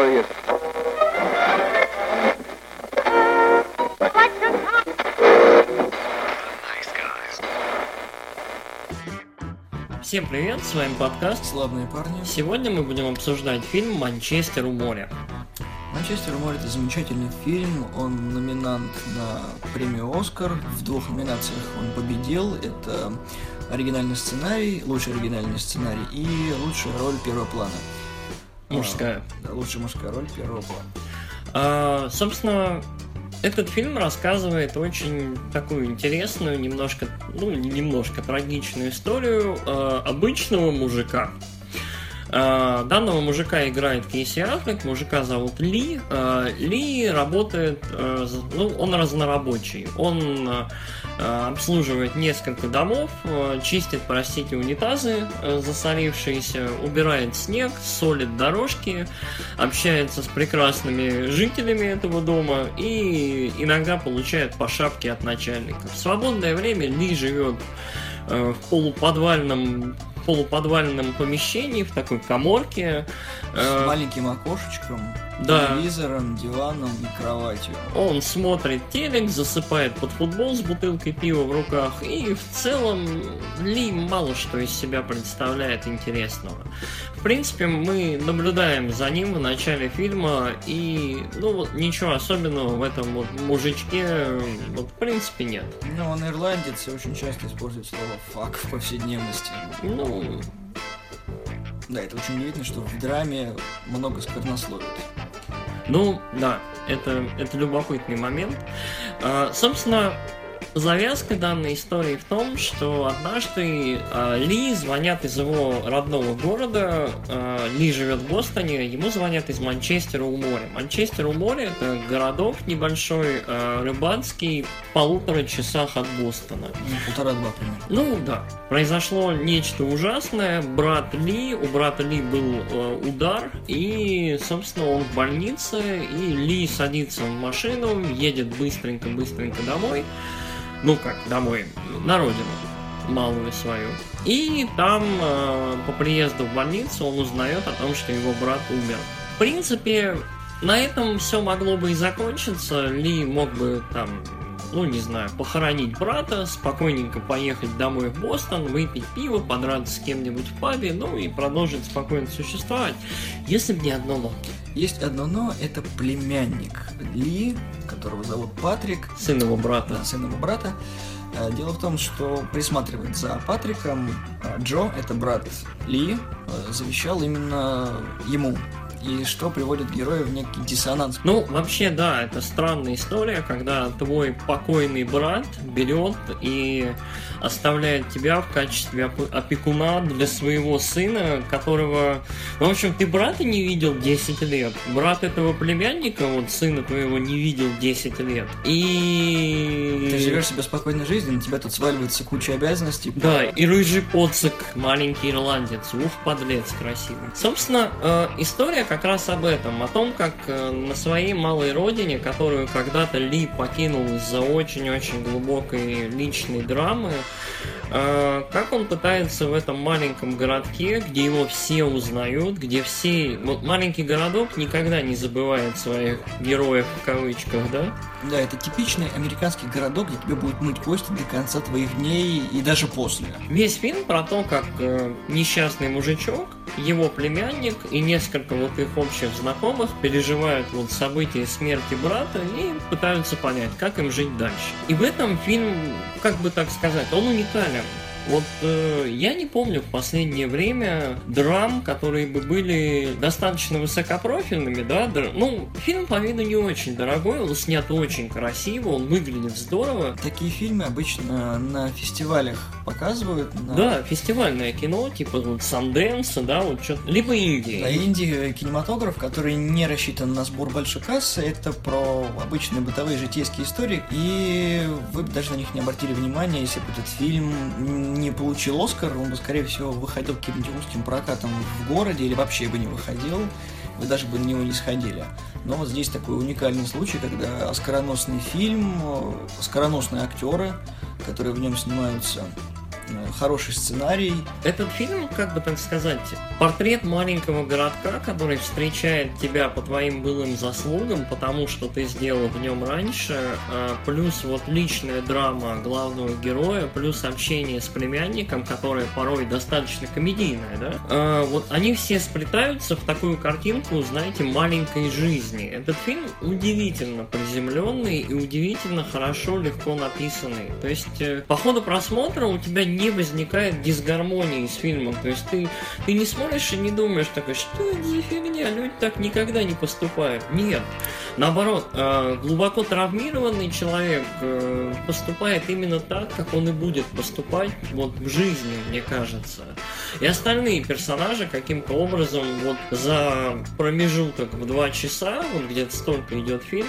человек. Всем привет, с вами подкаст «Славные парни». Сегодня мы будем обсуждать фильм «Манчестер у моря». «Манчестер у моря» — это замечательный фильм, он номинант на премию «Оскар», в 2 номинациях он победил, это оригинальный сценарий, лучший оригинальный сценарий и лучшая роль первого плана. Мужская. Да, лучшая мужская роль первого плана. Собственно, этот фильм рассказывает очень такую интересную, немножко трагичную историю обычного мужика. Данного мужика играет Кейси Аффлек, мужика зовут Ли. Ли работает, он разнорабочий. Он обслуживает несколько домов, чистит, унитазы засолившиеся, убирает снег, солит дорожки, общается с прекрасными жителями этого дома и иногда получает по шапке от начальника. В свободное время Ли живет в полуподвальном помещении, в такой каморке. С маленьким окошечком, телевизором, диваном и кроватью. Он смотрит телек, засыпает под футбол с бутылкой пива в руках, и в целом Ли мало что из себя представляет интересного. В принципе, мы наблюдаем за ним в начале фильма, и ничего особенного в этом мужичке в принципе нет. Он ирландец и очень часто использует слово «фак» в повседневности. Да, это очень удивительно, что в драме много сквернословит. Это любопытный момент. Собственно, завязка данной истории в том, что однажды Ли звонят из его родного города. Ли живет в Бостоне, ему звонят из Манчестера у моря. Манчестер у моря — это городок небольшой, рыбацкий, в 1,5 часах от Бостона. 1,5-2 примерно. Произошло нечто ужасное. У брата Ли был удар, и, собственно, он в больнице, и Ли садится в машину, едет быстренько домой. Домой, на родину, малую свою. И там, по приезду в больницу, он узнает о том, что его брат умер. В принципе, на этом все могло бы и закончиться. Ли мог бы похоронить брата, спокойненько поехать домой в Бостон, выпить пиво, подраться с кем-нибудь в пабе, и продолжить спокойно существовать. Если бы не одно но. Есть одно но, это племянник Ли, которого зовут Патрик. Сын его брата. Да, сын его брата. Дело в том, что присматривает за Патриком Джо, это брат Ли, завещал именно ему. И что приводит героя в некий диссонанс. Вообще, да, это странная история, когда твой покойный брат берет и оставляет тебя в качестве опекуна для своего сына, которого... ты брата не видел 10 лет. Брат этого племянника, сына твоего, не видел 10 лет. И... Ты живешь себе спокойной жизнью, на тебя тут сваливается куча обязанностей. Да, и рыжий поцик, маленький ирландец. Подлец красивый. Собственно, история как раз об этом, о том, как на своей малой родине, которую когда-то Ли покинул из-за очень-очень глубокой личной драмы, как он пытается в этом маленьком городке, где его все узнают, где все... маленький городок никогда не забывает своих героев в кавычках, да? Да, это типичный американский городок, где тебе будут мыть кости до конца твоих дней и даже после. Весь фильм про то, как несчастный мужичок, его племянник и несколько их общих знакомых переживают события смерти брата и пытаются понять, как им жить дальше. И в этом фильм, он уникален. Я не помню в последнее время драм, которые бы были достаточно высокопрофильными, да? Фильм по виду не очень дорогой, он снят очень красиво, он выглядит здорово. Такие фильмы обычно на фестивалях показывают. Да, фестивальное кино, типа Санденса, да, что-то, либо Индии. Да, инди-кинематограф, который не рассчитан на сбор большой кассы, это про обычные бытовые житейские истории, и вы бы даже на них не обратили внимания, если бы этот фильм не получил Оскар, он бы, скорее всего, выходил каким-нибудь русским прокатом в городе или вообще бы не выходил, вы даже бы на него не сходили. Но здесь такой уникальный случай, когда оскароносный фильм, оскароносные актеры, которые в нем снимаются, хороший сценарий. Этот фильм, как бы так сказать, портрет маленького городка, который встречает тебя по твоим былым заслугам, потому что ты сделал в нем раньше, плюс вот личная драма главного героя, плюс общение с племянником, которое порой достаточно комедийное, да? Вот они все сплетаются в такую картинку, знаете, маленькой жизни. Этот фильм удивительно приземленный и удивительно хорошо, легко написанный. То есть по ходу просмотра у тебя не возникает дисгармонии с фильмом. То есть ты не смотришь и не думаешь такой, что это за фигня, люди так никогда не поступают. Нет. Наоборот, глубоко травмированный человек поступает именно так, как он и будет поступать вот в жизни, мне кажется. И остальные персонажи каким-то образом вот за промежуток в 2 часа, вот где-то столько идет фильм,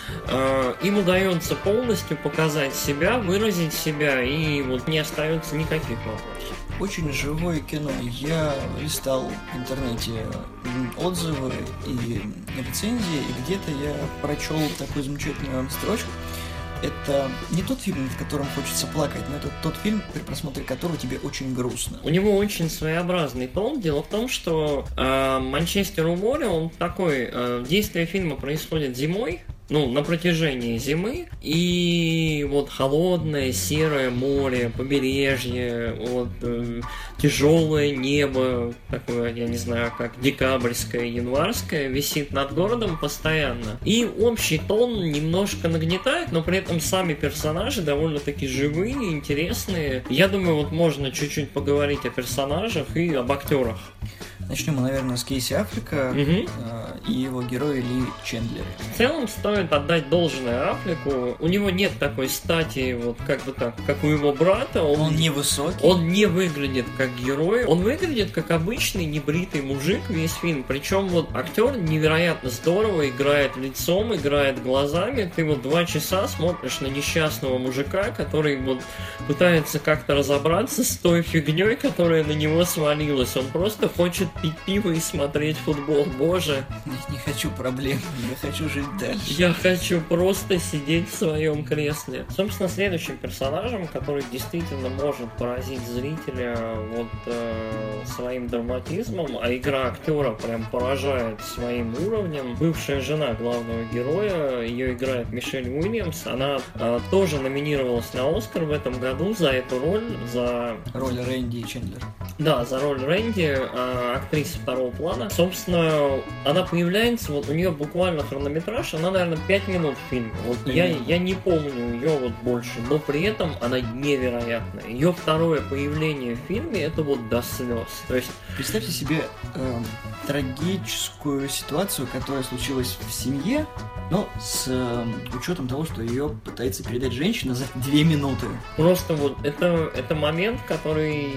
им удается полностью показать себя, выразить себя, и вот не остается никаких вопросов. Очень живое кино. Я листал в интернете отзывы и рецензии, и где-то я прочел такую замечательную строчку. Это не тот фильм, в котором хочется плакать, но это тот фильм, при просмотре которого тебе очень грустно. У него очень своеобразный тон. Дело в том, что «Манчестер у моря», он такой, действие фильма происходит зимой, ну, на протяжении зимы, и вот холодное, серое море, побережье, вот тяжелое небо, такое, я не знаю, как декабрьское, январское, висит над городом постоянно. И общий тон немножко нагнетает, но при этом сами персонажи довольно-таки живые, интересные. Я думаю, вот можно чуть-чуть поговорить о персонажах и об актерах. Начнем мы, наверное, с Кейси Аффлека и его героя Ли Чендлера. В целом стоит отдать должное Аффлеку. У него нет такой стати, вот как бы так, как у его брата. Он невысокий. Он не выглядит как герой. Он выглядит как обычный небритый мужик весь фильм. Причем вот актер невероятно здорово играет лицом, играет глазами. Ты вот 2 часа смотришь на несчастного мужика, который вот пытается как-то разобраться с той фигней, которая на него свалилась. Он просто хочет пить пиво и смотреть футбол. Боже. Не хочу проблем, я хочу жить дальше. Я хочу просто сидеть в своем кресле. Собственно, следующим персонажем, который действительно может поразить зрителя вот своим драматизмом, а игра актера прям поражает своим уровнем, бывшая жена главного героя, ее играет Мишель Уильямс. Она тоже номинировалась на Оскар в этом году за эту роль, за... Роль Рэнди Чендлер. Да, за роль Рэнди, актрисы второго плана. Собственно, она появляется, вот у нее буквально хронометраж, она, наверное, 5 минут в фильме. Вот я не помню ее вот больше, но при этом она невероятная. Ее второе появление в фильме, это вот до слез. То есть... Представьте себе трагическую ситуацию, которая случилась в семье, но с учетом того, что ее пытается передать женщина за 2 минуты. Просто вот это момент, который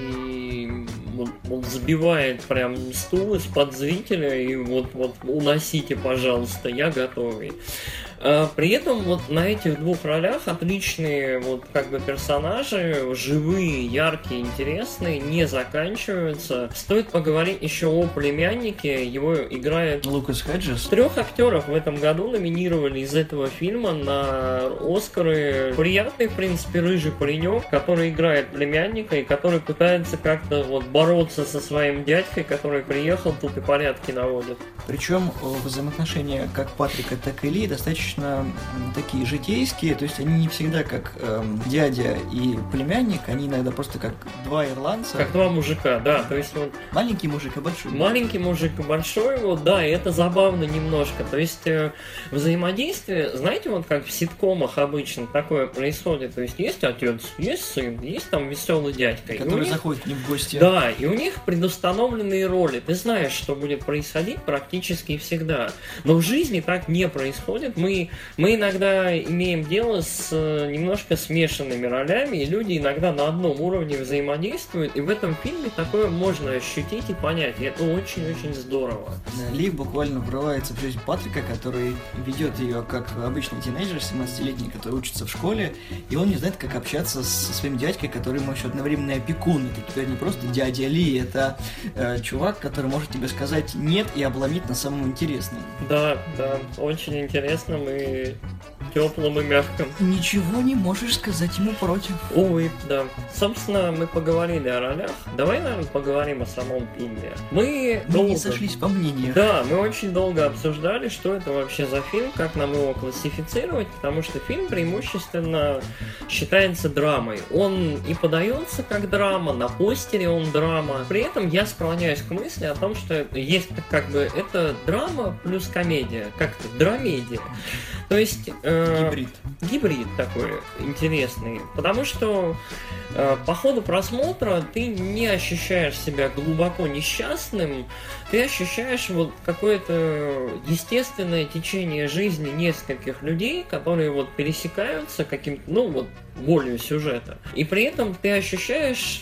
он сбивает прям стул из-под зрителя, и вот уносите, пожалуйста, я готовый. При этом вот на этих 2 ролях отличные вот как бы персонажи, живые, яркие, интересные, не заканчиваются. Стоит поговорить еще о племяннике, его играет Лукас Хеджес. 3 актеров в этом году номинировали из этого фильма на Оскары. Приятный, в принципе, рыжий паренек, который играет племянника и который пытается как-то вот бороться со своим дядькой, который приехал тут и порядки наводит. Причем взаимоотношения как Патрика, так и Ли достаточно такие житейские, то есть они не всегда как дядя и племянник, они иногда просто как 2 ирландца. Как 2 мужика, да, то есть вот... Маленький мужик и большой. Маленький мужик и большой, вот, да, и это забавно немножко, то есть взаимодействие, знаете, вот как в ситкомах обычно такое происходит, то есть есть отец, есть сын, есть там веселый дядька. Который заходит к ним в гости. Да, и у них предустановленные роли, ты знаешь, что будет происходить практически всегда, но в жизни так не происходит, мы иногда имеем дело с немножко смешанными ролями, и люди иногда на одном уровне взаимодействуют, и в этом фильме такое можно ощутить и понять, и это очень-очень здорово. Ли буквально врывается в жизнь Патрика, который ведет ее как обычный тинейджер, 17-летний, который учится в школе, и он не знает, как общаться со своим дядькой, который ему еще одновременно опекун. Это теперь не просто дядя Ли, это чувак, который может тебе сказать «нет» и обломить на самом интересном. Да, очень интересно. теплым и мягким. Ничего не можешь сказать ему против. Увы, да. Собственно, мы поговорили о ролях. Давай, наверное, поговорим о самом фильме. Мы не сошлись по мнению. Да, мы очень долго обсуждали, что это вообще за фильм, как нам его классифицировать, потому что фильм преимущественно считается драмой. Он и подается как драма, на постере он драма. При этом я склоняюсь к мысли о том, что есть как бы это драма плюс комедия, как-то драмедия. То есть... Гибрид такой интересный. Потому что по ходу просмотра ты не ощущаешь себя глубоко несчастным, ты ощущаешь вот какое-то естественное течение жизни нескольких людей, которые вот пересекаются каким-то, ну вот, волею сюжета. И при этом ты ощущаешь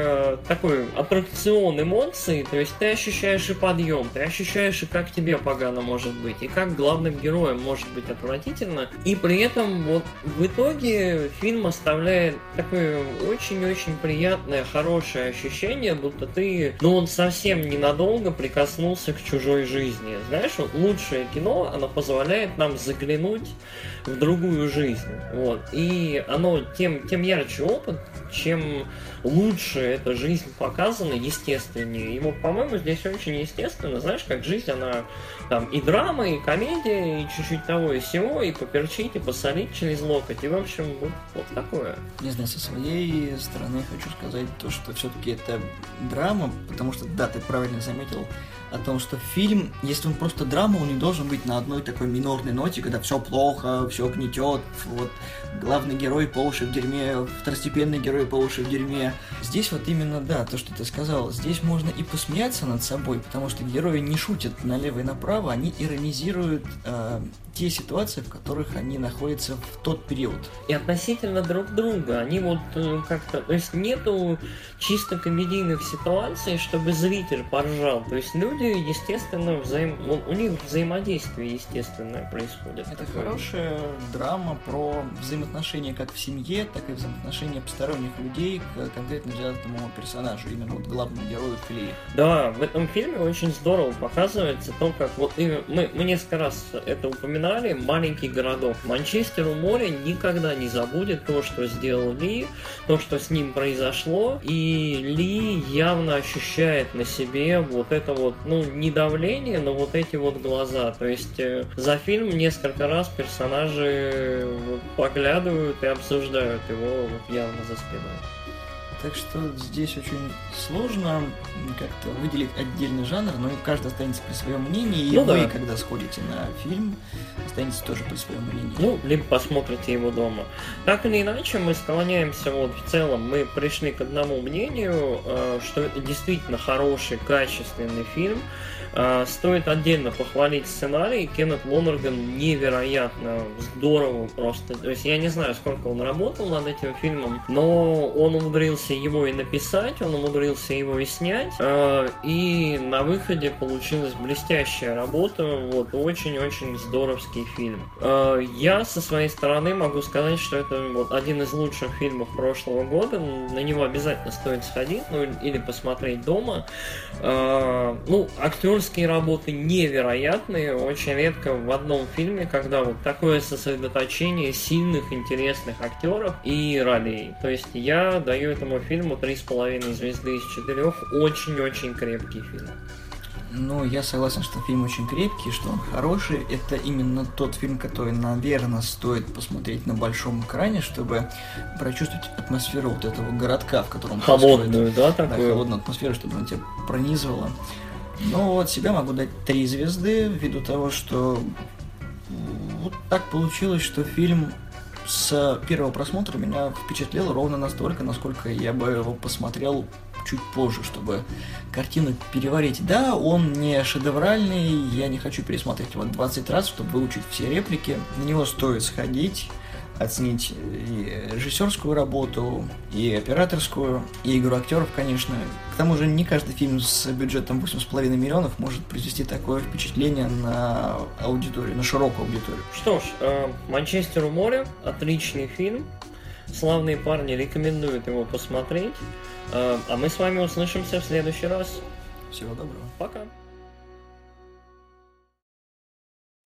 такой аттракцион эмоций, то есть ты ощущаешь и подъем, ты ощущаешь и как тебе погано может быть, и как главным героем может быть отвратительно. И при этом вот в итоге фильм оставляет такое очень-очень приятное, хорошее ощущение, будто ты, ну он совсем ненадолго прикоснулся к чужой жизни. Знаешь, вот лучшее кино, оно позволяет нам заглянуть в другую жизнь. Вот. И оно тем ярче опыт, чем лучше эта жизнь показана, естественнее. Ему, по-моему, здесь очень естественно. Знаешь, как жизнь, она там и драма, и комедия, и чуть-чуть того и сего, и поперчить, и посолить через локоть. И, в общем, вот такое. Не знаю, со своей стороны хочу сказать то, что все-таки это драма, потому что, да, ты правильно заметил о том, что фильм, если он просто драма, он не должен быть на одной такой минорной ноте, когда все плохо, все гнетет, вот главный герой по уши в дерьме, второстепенный герой по уши в дерьме. Здесь вот именно, да, то, что ты сказал, здесь можно и посмеяться над собой, потому что герои не шутят налево и направо, они иронизируют те ситуации, в которых они находятся в тот период. И относительно друг друга, они вот как-то, то есть нету чисто комедийных ситуаций, чтобы зритель поржал, то есть люди, естественно, у них взаимодействие естественное происходит. Это хорошая драма про взаимоотношения как в семье, так и взаимоотношения посторонних людей к конкретно взятому персонажу, именно вот главному герою Клея. Да, в этом фильме очень здорово показывается то, как вот мы несколько раз это упоминали, маленький городок. Манчестер у моря никогда не забудет то, что сделал Ли, то, что с ним произошло, и Ли явно ощущает на себе вот это вот, ну, не давление, но вот эти вот глаза. То есть за фильм несколько раз персонажи поглядывают и обсуждают его вот явно за спиной. Так что здесь очень сложно как-то выделить отдельный жанр, но каждый останется при своем мнении, и вы, когда сходите на фильм, останетесь тоже при своем мнении. Ну, либо посмотрите его дома. Так или иначе, мы склоняемся, вот в целом, мы пришли к одному мнению, что это действительно хороший, качественный фильм. Стоит отдельно похвалить сценарий. Кеннет Лонерган невероятно здорово просто. То есть я не знаю, сколько он работал над этим фильмом, но он умудрился его и написать, он умудрился его и снять. И на выходе получилась блестящая работа. Вот, очень-очень здоровский фильм. Я со своей стороны могу сказать, что это вот один из лучших фильмов прошлого года. На него обязательно стоит сходить, ну или посмотреть дома. Ну, актерские работы невероятные, очень редко в одном фильме, когда вот такое сосредоточение сильных, интересных актеров и ролей. То есть я даю этому фильму 3,5 звезды из 4, очень-очень крепкий фильм. Ну, я согласен, что фильм очень крепкий, что он хороший. Это именно тот фильм, который, наверное, стоит посмотреть на большом экране, чтобы прочувствовать атмосферу вот этого городка, в котором холодную, да, такую? Да, холодную атмосферу, чтобы она тебя пронизывала. Ну, вот себя могу дать 3 звезды, ввиду того, что вот так получилось, что фильм с первого просмотра меня впечатлил ровно настолько, насколько я бы его посмотрел чуть позже, чтобы картину переварить. Да, он не шедевральный, я не хочу пересмотреть его 20 раз, чтобы выучить все реплики. На него стоит сходить, оценить и режиссерскую работу, и операторскую, и игру актеров, конечно. К тому же не каждый фильм с бюджетом 8,5 миллионов может произвести такое впечатление на аудиторию, на широкую аудиторию. Что ж, «Манчестер у моря» — отличный фильм. Славные парни рекомендуют его посмотреть. А мы с вами услышимся в следующий раз. Всего доброго. Пока.